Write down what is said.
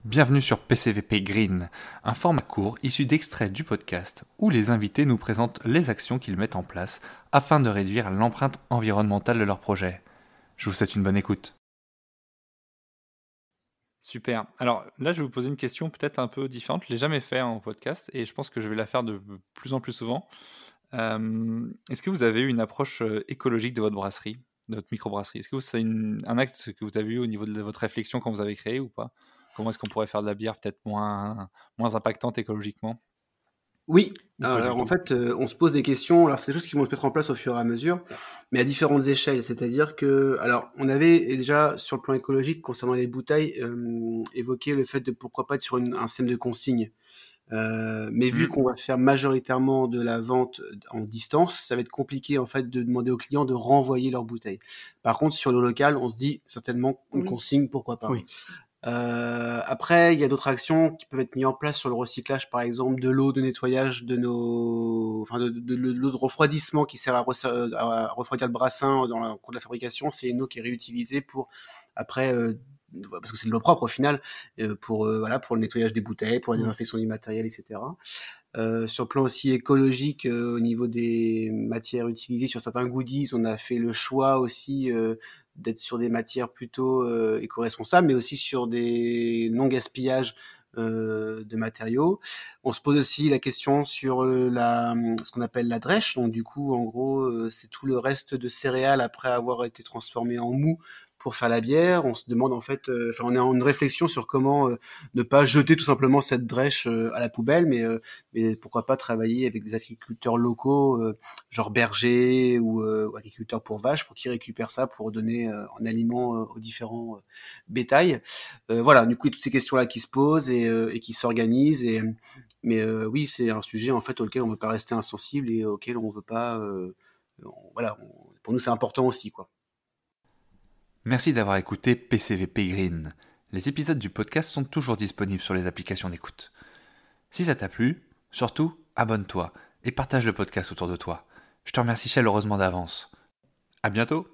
Bienvenue sur PCVP Green, un format court issu d'extraits du podcast où les invités nous présentent les actions qu'ils mettent en place afin de réduire l'empreinte environnementale de leur projet. Je vous souhaite une bonne écoute. Super. Alors là, je vais vous poser une question peut-être un peu différente. Je ne l'ai jamais fait en podcast et je pense que je vais la faire de plus en plus souvent. Est-ce que vous avez eu une approche écologique de votre brasserie, de votre microbrasserie? Est-ce que c'est un axe que vous avez eu au niveau de votre réflexion quand vous avez créé ou pas? Comment est-ce qu'on pourrait faire de la bière peut-être moins impactante écologiquement? Oui, Ou pas du alors en tout? fait, on se pose des questions. Alors c'est des choses qui vont se mettre en place au fur et à mesure, mais à différentes échelles. C'est-à-dire que, alors on avait déjà sur le plan écologique concernant les bouteilles évoqué le fait de pourquoi pas être sur un système de consigne. Mais vu qu'on va faire majoritairement de la vente en distance, ça va être compliqué en fait de demander aux clients de renvoyer leurs bouteilles. Par contre, sur le local, on se dit certainement une consigne, pourquoi pas. Oui. Après, il y a d'autres actions qui peuvent être mises en place sur le recyclage, par exemple, de l'eau de nettoyage de de l'eau de refroidissement qui sert à refroidir le brassin dans le cours de la fabrication. C'est une eau qui est réutilisée pour après, parce que c'est de l'eau propre au final, pour le nettoyage des bouteilles, pour la désinfection du matériel, etc. Sur le plan aussi écologique, au niveau des matières utilisées sur certains goodies, on a fait le choix aussi d'être sur des matières plutôt éco-responsables, mais aussi sur des non-gaspillages de matériaux. On se pose aussi la question sur ce qu'on appelle la drèche. Donc du coup, en gros, c'est tout le reste de céréales après avoir été transformé en mou pour faire la bière. On se demande en fait, on est en une réflexion sur comment ne pas jeter tout simplement cette drèche à la poubelle, mais pourquoi pas travailler avec des agriculteurs locaux, genre bergers ou agriculteurs pour vaches, pour qu'ils récupèrent ça pour donner en aliment aux différents bétails. Voilà, du coup, il y a toutes ces questions-là qui se posent et qui s'organisent. Oui, c'est un sujet en fait auquel on ne veut pas rester insensible et auquel on ne veut pas. Pour nous, c'est important aussi, quoi. Merci d'avoir écouté PCVP Green. Les épisodes du podcast sont toujours disponibles sur les applications d'écoute. Si ça t'a plu, surtout, abonne-toi et partage le podcast autour de toi. Je te remercie chaleureusement d'avance. À bientôt!